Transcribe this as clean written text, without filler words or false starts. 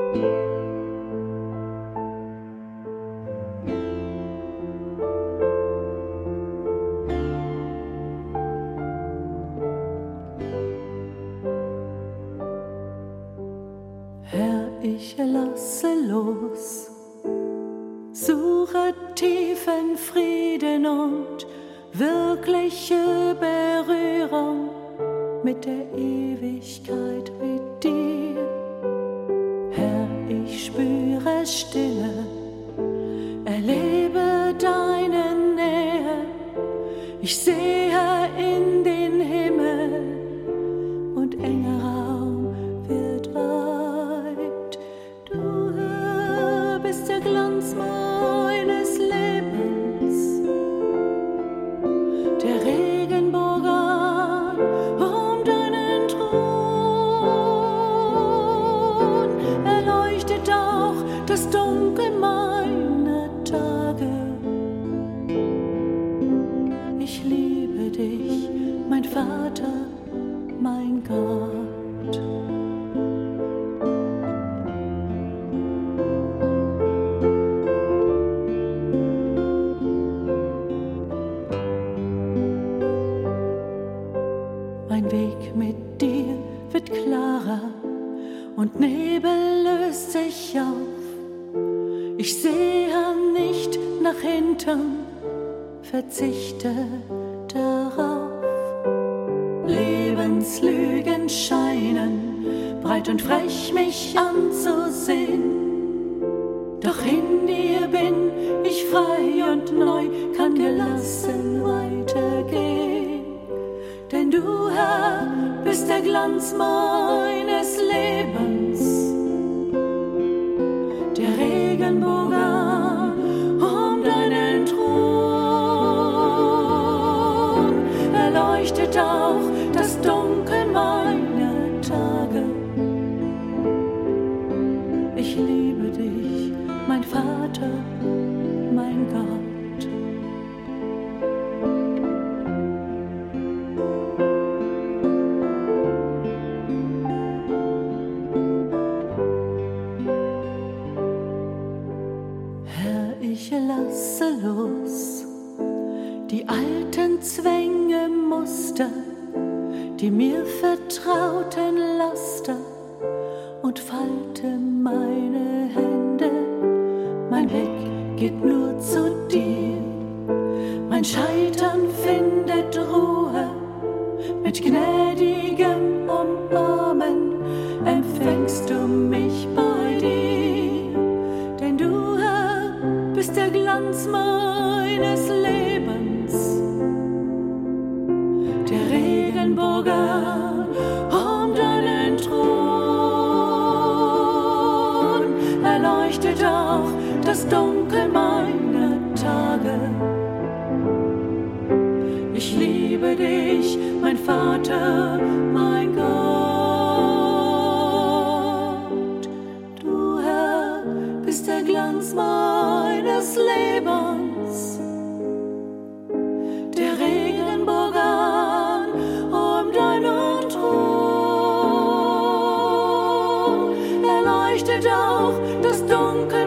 Herr, ich lasse los, suche tiefen Frieden und wirkliche Berührung mit der Ewigkeit, mit dir. Herr, ich spüre Stille, erlebe deine Nähe, ich sehe in den Himmel und enger Raum wird weit. Du, Herr, bist der Glanz meines Lebens, der Regenbogen um deinen Thron, erleuchtet auch das Dunkel meiner Tage. Ich liebe dich, mein Vater, mein Gott. Mein Weg mit dir wird klarer und Nebel löst sich auf. Ich sehe nicht nach hinten, verzichte darauf. Lebenslügen scheinen breit und frech mich anzusehen, doch in dir bin ich frei und neu, kann gelassen weitergehen. Denn du, Herr, bist der Glanz meines Lebens, der Regenbogen um deinen Thron, erleuchtet auch das Dunkel meiner Tage. Ich liebe dich, mein Vater, mein Gott. Ich lasse los die alten Zwänge, Muster, die mir vertrauten Laster, und falte meine Hände. Mein Weg geht nur zu dir. Mein Scheitern findet Ruhe. Mit gnädigem Umarmen empfängst du mich bei dir. Denn du, Herr, bist der Glanz meines Lebens, der Regenbogen um deinen Thron, erleuchtet auch das Dunkel meiner Tage. Ich liebe dich, mein Vater, mein Gott. Du, Herr, bist der Glanz meines Lebens, der Regenbogen um deinen Thron, erleuchtet auch das Dunkel